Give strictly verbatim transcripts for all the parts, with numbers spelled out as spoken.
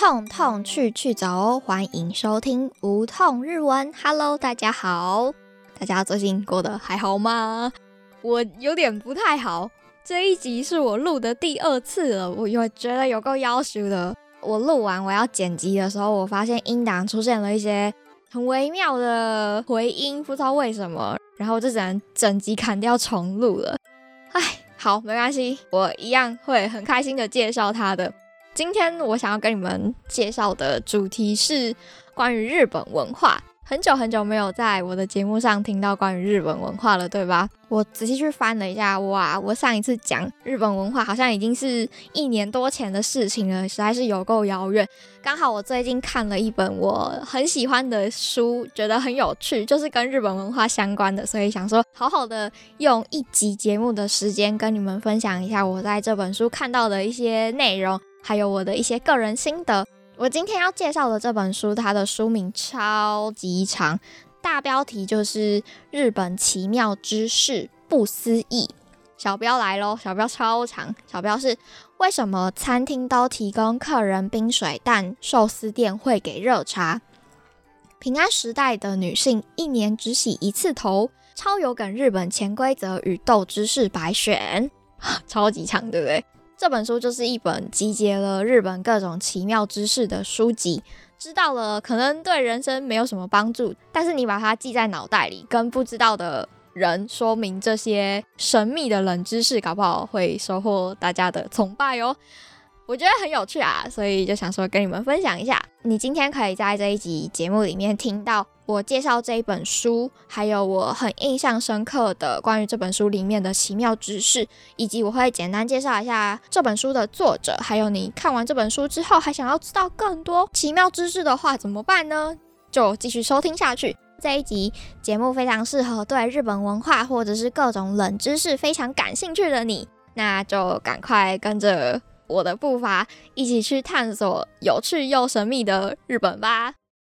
痛痛去去走，欢迎收听无痛日文。Hello， 大家好，大家最近过得还好吗？我有点不太好，这一集是我录的第二次了，我又觉得有够要求的。我录完我要剪辑的时候，我发现音档出现了一些很微妙的回音，不知道为什么，然后我就只能整集砍掉重录了。唉，好，没关系，我一样会很开心的介绍它的。今天我想要跟你们介绍的主题是关于日本文化。很久很久没有在我的节目上听到关于日本文化了，对吧？我仔细去翻了一下，哇，我上一次讲日本文化好像已经是一年多前的事情了，实在是有够遥远。刚好我最近看了一本我很喜欢的书，觉得很有趣，就是跟日本文化相关的，所以想说好好的用一集节目的时间跟你们分享一下我在这本书看到的一些内容，还有我的一些个人心得。我今天要介绍的这本书，它的书名超级长，大标题就是日本奇妙知识不思议。小标来咯，小标超长，小标是为什么餐厅都提供客人冰水，但寿司店会给热茶？平安时代的女性一年只洗一次头，超有梗日本潜规则与斗知识百选。超级长，对不对？这本书就是一本集结了日本各种奇妙知识的书籍，知道了可能对人生没有什么帮助，但是你把它记在脑袋里，跟不知道的人说明这些神秘的冷知识，搞不好会收获大家的崇拜哦。我觉得很有趣啊，所以就想说跟你们分享一下。你今天可以在这一集节目里面听到我介绍这一本书，还有我很印象深刻的关于这本书里面的奇妙知识，以及我会简单介绍一下这本书的作者，还有你看完这本书之后还想要知道更多奇妙知识的话怎么办呢？就继续收听下去。这一集节目非常适合对日本文化或者是各种冷知识非常感兴趣的你，那就赶快跟着我的步伐一起去探索有趣又神秘的日本吧。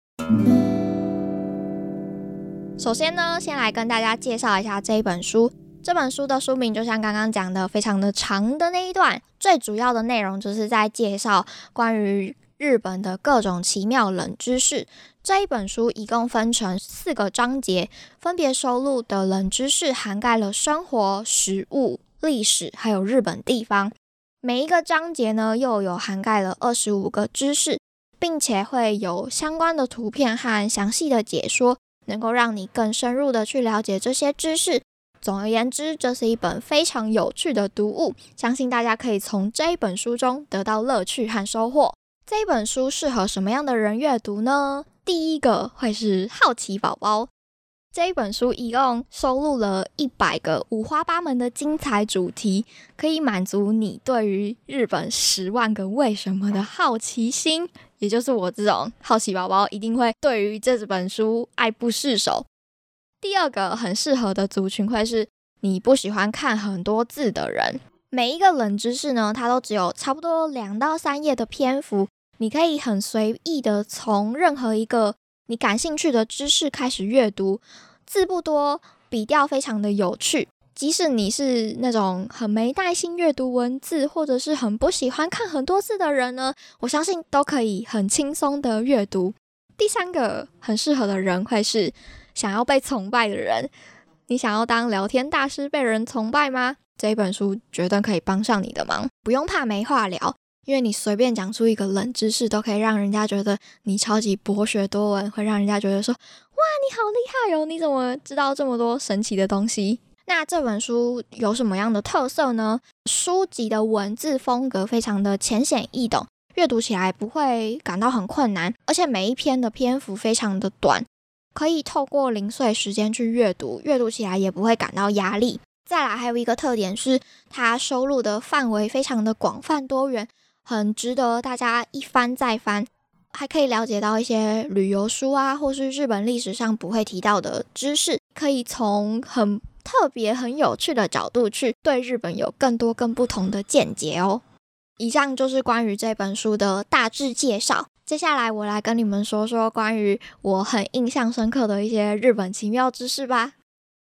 首先呢，先来跟大家介绍一下这一本书。这本书的书名就像刚刚讲的非常的长的那一段，最主要的内容就是在介绍关于日本的各种奇妙冷知识。这一本书一共分成四个章节，分别收录的冷知识涵盖了生活、食物、历史还有日本地方。每一个章节呢，又有涵盖了二十五个知识，并且会有相关的图片和详细的解说，能够让你更深入的去了解这些知识。总而言之，这是一本非常有趣的读物，相信大家可以从这一本书中得到乐趣和收获。这一本书适合什么样的人阅读呢？第一个会是好奇宝宝。这一本书一共收录了一百个五花八门的精彩主题，可以满足你对于日本十万个为什么的好奇心，也就是我这种好奇宝宝一定会对于这本书爱不释手。第二个很适合的族群会是你不喜欢看很多字的人。每一个冷知识呢，它都只有差不多两到三页的篇幅，你可以很随意的从任何一个你感兴趣的知识开始阅读，字不多，笔调非常的有趣。即使你是那种很没耐心阅读文字，或者是很不喜欢看很多字的人呢，我相信都可以很轻松的阅读。第三个很适合的人会是想要被崇拜的人。你想要当聊天大师被人崇拜吗？这一本书绝对可以帮上你的忙，不用怕没话聊，因为你随便讲出一个冷知识都可以让人家觉得你超级博学多闻，会让人家觉得说哇你好厉害哦，你怎么知道这么多神奇的东西。那这本书有什么样的特色呢？书籍的文字风格非常的浅显易懂，阅读起来不会感到很困难，而且每一篇的篇幅非常的短，可以透过零碎时间去阅读，阅读起来也不会感到压力。再来还有一个特点是它收录的范围非常的广泛多元，很值得大家一翻再翻，还可以了解到一些旅游书啊，或是日本历史上不会提到的知识，可以从很特别很有趣的角度去对日本有更多更不同的见解哦。以上就是关于这本书的大致介绍，接下来我来跟你们说说关于我很印象深刻的一些日本奇妙知识吧。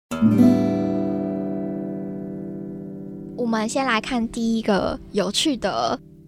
我们先来看第一个有趣的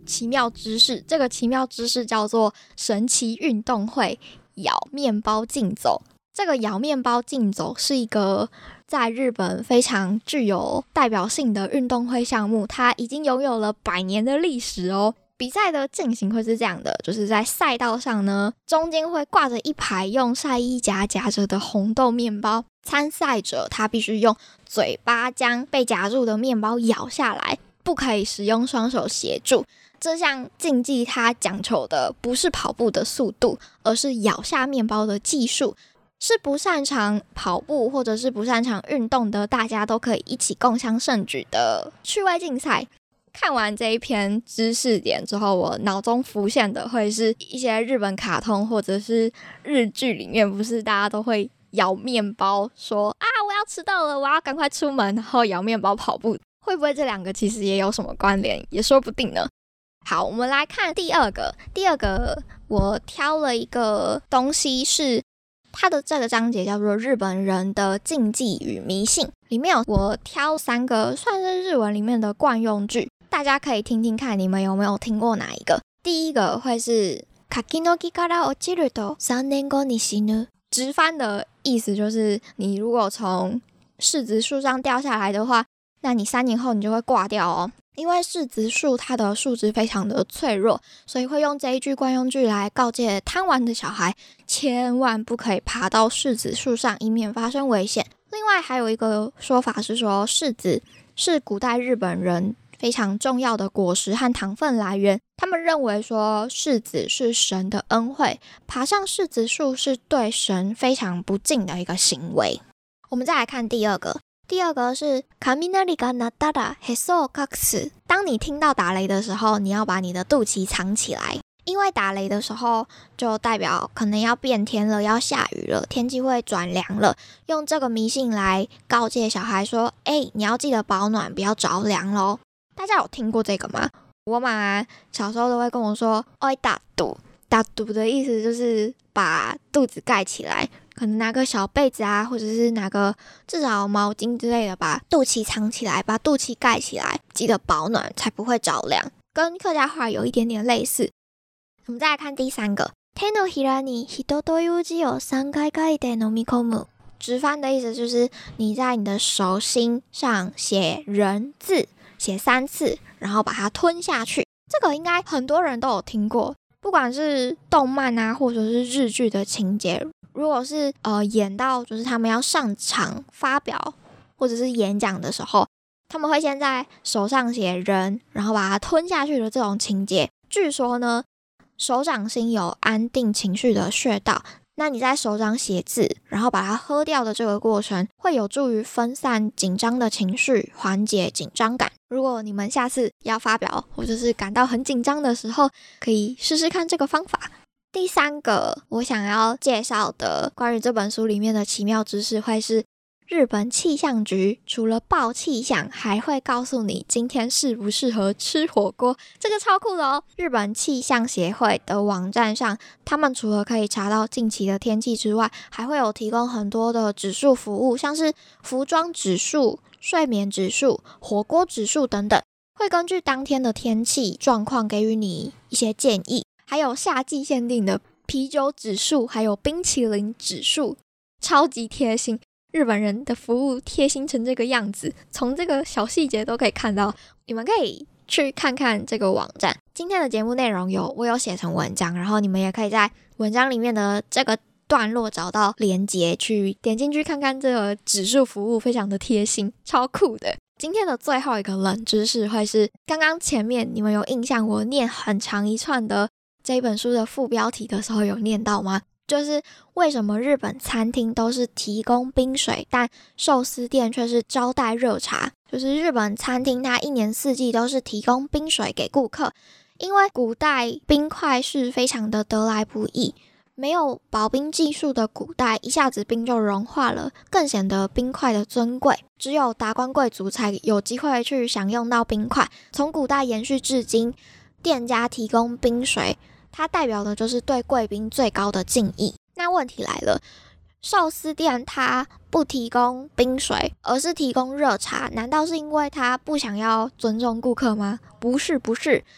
奇妙知识，这个奇妙知识叫做神奇运动会咬面包竞走。这个咬面包竞走是一个在日本非常具有代表性的运动会项目，它已经拥有了百年的历史哦。比赛的进行会是这样的，就是在赛道上呢，中间会挂着一排用晒衣夹夹着的红豆面包，参赛者他必须用嘴巴将被夹住的面包咬下来，不可以使用双手协助。这项竞技它讲求的不是跑步的速度，而是咬下面包的技术，是不擅长跑步或者是不擅长运动的大家都可以一起共襄盛举的趣味竞赛。看完这一篇知识点之后，我脑中浮现的会是一些日本卡通或者是日剧里面，不是大家都会咬面包说啊我要迟到了，我要赶快出门，然后咬面包跑步，会不会这两个其实也有什么关联，也说不定呢。好，我们来看第二个第二个我挑了一个东西，是它的这个章节叫做日本人的禁忌与迷信，里面有我挑三个算是日文里面的惯用句，大家可以听听看你们有没有听过哪一个。第一个会是柿の木から落ちると三年後に死ぬ，直翻的意思就是你如果从柿子树上掉下来的话，那你三年后你就会挂掉哦。因为柿子树它的树枝非常的脆弱，所以会用这一句惯用句来告诫贪玩的小孩千万不可以爬到柿子树上，以免发生危险。另外还有一个说法是说，柿子是古代日本人非常重要的果实和糖分来源，他们认为说柿子是神的恩惠，爬上柿子树是对神非常不敬的一个行为。我们再来看第二个，第二个是雷が鳴ったらへそを隠す。当你听到打雷的时候，你要把你的肚脐藏起来，因为打雷的时候就代表可能要变天了，要下雨了，天气会转凉了，用这个迷信来告诫小孩说，哎，你要记得保暖，不要着凉咯。大家有听过这个吗？我妈小时候都会跟我说，哎，打肚，打肚的意思就是把肚子盖起来，可能拿个小被子啊，或者是拿个至少毛巾之类的，把肚脐藏起来，把肚脐盖起来，记得保暖，才不会着凉，跟客家话有一点点类似。我们再来看第三个，手のひらに人という字を三回書いて飲み込む。直翻的意思就是你在你的手心上写人字，写三次，然后把它吞下去。这个应该很多人都有听过，不管是动漫啊，或者是日剧的情节，如果是呃演到就是他们要上场发表或者是演讲的时候，他们会先在手上写人，然后把它吞下去的这种情节。据说呢，手掌心有安定情绪的穴道，那你在手掌写字，然后把它喝掉的这个过程，会有助于分散紧张的情绪，缓解紧张感。如果你们下次要发表或者是感到很紧张的时候，可以试试看这个方法。第三个我想要介绍的关于这本书里面的奇妙知识，会是日本气象局除了报气象，还会告诉你今天适不适合吃火锅，这个超酷的哦。日本气象协会的网站上，他们除了可以查到近期的天气之外，还会有提供很多的指数服务，像是服装指数、睡眠指数、火锅指数等等，会根据当天的天气状况给予你一些建议。还有夏季限定的啤酒指数，还有冰淇淋指数，超级贴心。日本人的服务贴心成这个样子，从这个小细节都可以看到。你们可以去看看这个网站。今天的节目内容有我有写成文章，然后你们也可以在文章里面的这个段落找到连结，去点进去看看这个指数服务，非常的贴心，超酷的。今天的最后一个冷知识会是，刚刚前面你们有印象我念很长一串的这一本书的副标题的时候有念到吗？就是为什么日本餐厅都是提供冰水，但寿司店却是招待热茶。就是日本餐厅它一年四季都是提供冰水给顾客，因为古代冰块是非常的得来不易，没有保冰技术的古代，一下子冰就融化了，更显得冰块的尊贵。只有达官贵族才有机会去享用到冰块。从古代延续至今，店家提供冰水，它代表的就是对贵宾最高的敬意。那问题来了，寿司店它不提供冰水，而是提供热茶，难道是因为它不想要尊重顾客吗？不是不是，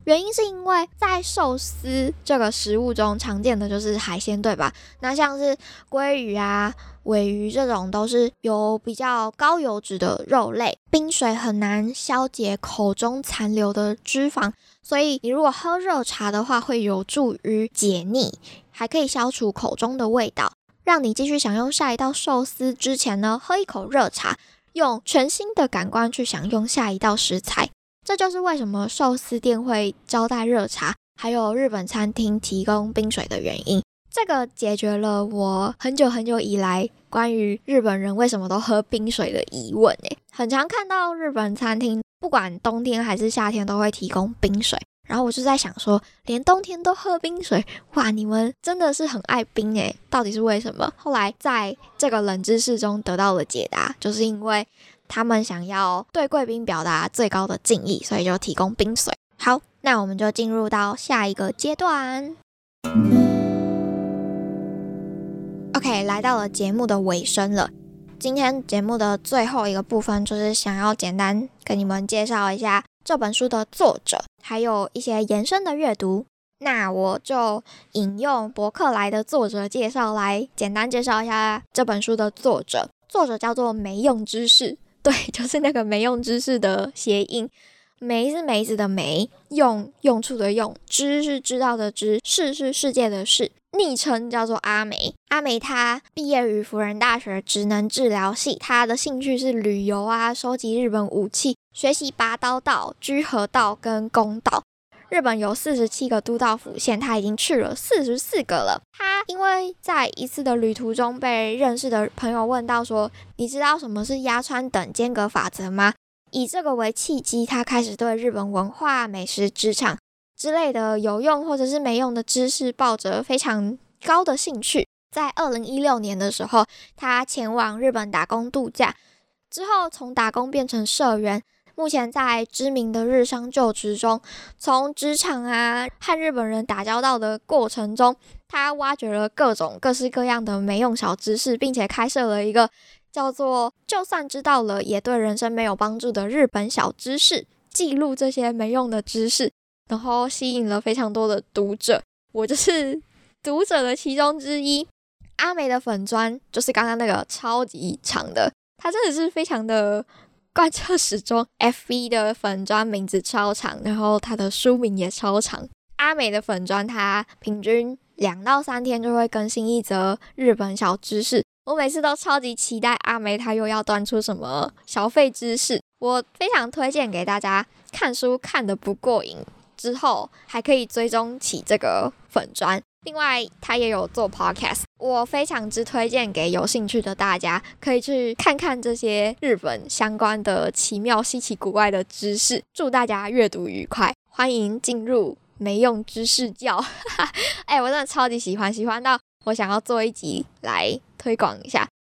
原因是因为在寿司这个食物中常见的就是海鲜，对吧？那像是鲑鱼啊、尾鱼这种都是有比较高油脂的肉类，冰水很难消解口中残留的脂肪，所以你如果喝热茶的话，会有助于解腻，还可以消除口中的味道，让你继续享用下一道寿司之前呢，喝一口热茶，用全新的感官去享用下一道食材。这就是为什么寿司店会招待热茶，还有日本餐厅提供冰水的原因。这个解决了我很久很久以来关于日本人为什么都喝冰水的疑问耶。很常看到日本餐厅不管冬天还是夏天都会提供冰水，然后我就在想说，连冬天都喝冰水，哇，你们真的是很爱冰耶，到底是为什么？后来在这个冷知识中得到了解答，就是因为他们想要对贵宾表达最高的敬意，所以就提供冰水。好，那我们就进入到下一个阶段。OK， 来到了节目的尾声了。今天节目的最后一个部分，就是想要简单跟你们介绍一下这本书的作者，还有一些延伸的阅读。那我就引用博客来的作者介绍来简单介绍一下这本书的作者。作者叫做没用知识，对，就是那个没用知识的谐音。梅是梅子的梅，用用处的用，知是知道的知，世是世界的世。昵称叫做阿梅。阿梅她毕业于辅仁大学职能治疗系，她的兴趣是旅游啊，收集日本武器，学习拔刀道、居合道跟弓道。日本有四十七个都道府县，他已经去了四十四个了。他因为在一次的旅途中被认识的朋友问到说，你知道什么是鸭川等间隔法则吗？以这个为契机，他开始对日本文化、美食、职场之类的有用或者是没用的知识抱着非常高的兴趣。在二零一六年的时候，他前往日本打工度假，之后从打工变成社员，目前在知名的日商就职中。从职场啊和日本人打交道的过程中，他挖掘了各种各式各样的没用小知识，并且开设了一个叫做就算知道了也对人生没有帮助的日本小知识，记录这些没用的知识，然后吸引了非常多的读者。我就是读者的其中之一。阿梅的粉专就是刚刚那个超级长的，他真的是非常的贯彻始终。 F B 的粉专名字超长，然后他的书名也超长。阿梅的粉专他平均两到三天就会更新一则日本小知识，我每次都超级期待阿梅他又要端出什么小废知识。我非常推荐给大家，看书看得不过瘾之后还可以追踪起这个粉专。另外他也有做 podcast， 我非常之推荐给有兴趣的大家，可以去看看这些日本相关的奇妙稀奇古怪的知识。祝大家阅读愉快，欢迎进入没用知识教哎、欸，我真的超级喜欢，喜欢到我想要做一集来推广一下。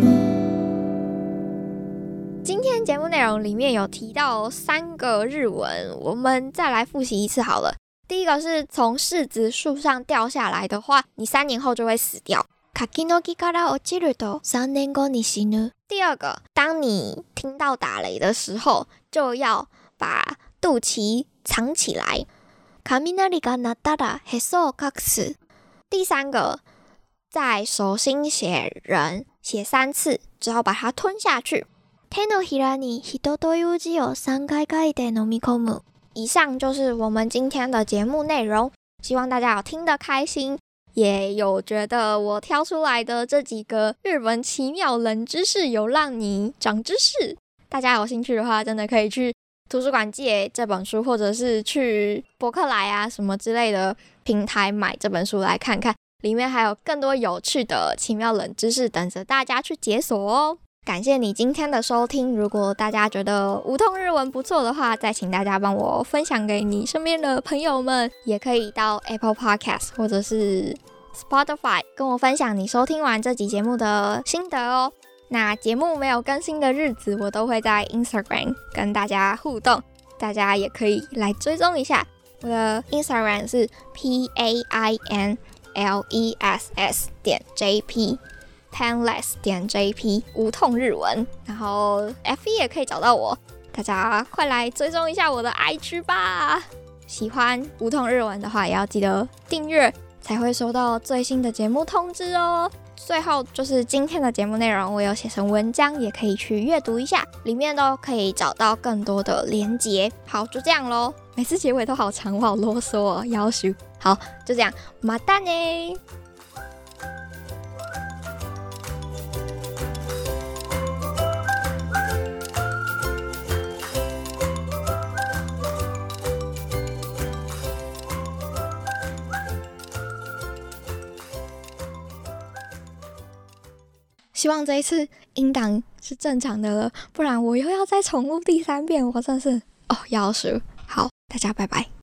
今天节目内容里面有提到三个日文，我们再来复习一次好了。第一个是从柿子树上掉下来的话，你三年后就会死掉。柿の木から落ちると三年後に死ぬ。第二个，当你听到打雷的时候，就要把肚脐藏起来。雷が鳴ったらへそを隠す。第三个，在手心写人，写三次之后把它吞下去。手のひらに人という字を三回書いて飲み込む。以上就是我们今天的节目内容，希望大家有听得开心，也有觉得我挑出来的这几个日本奇妙冷知识有让你长知识。大家有兴趣的话，真的可以去图书馆借这本书，或者是去博客来啊什么之类的平台买这本书来看看，里面还有更多有趣的奇妙冷知识等着大家去解锁哦。感谢你今天的收听，如果大家觉得无痛日文不错的话，再请大家帮我分享给你身边的朋友们，也可以到 Apple Podcast 或者是 Spotify 跟我分享你收听完这集节目的心得哦。那节目没有更新的日子，我都会在 Instagram 跟大家互动，大家也可以来追踪一下。我的 Instagram 是 P A I N L E S S 点 J P painless 点 J P 无痛日文，然后 F B 也可以找到我，大家快来追踪一下我的 I G 吧。 喜欢无痛日文的话，也要记得订阅，才会收到最新的节目通知哦。最后就是今天的节目内容，我有写成文章，也可以去阅读一下，里面都可以找到更多的连结。好，就这样咯，每次结尾都好长，我好啰嗦哦，要求。好，就这样，またね。希望这一次音档是正常的了，不然我又要再重录第三遍，我真的是哦要死。好，大家拜拜。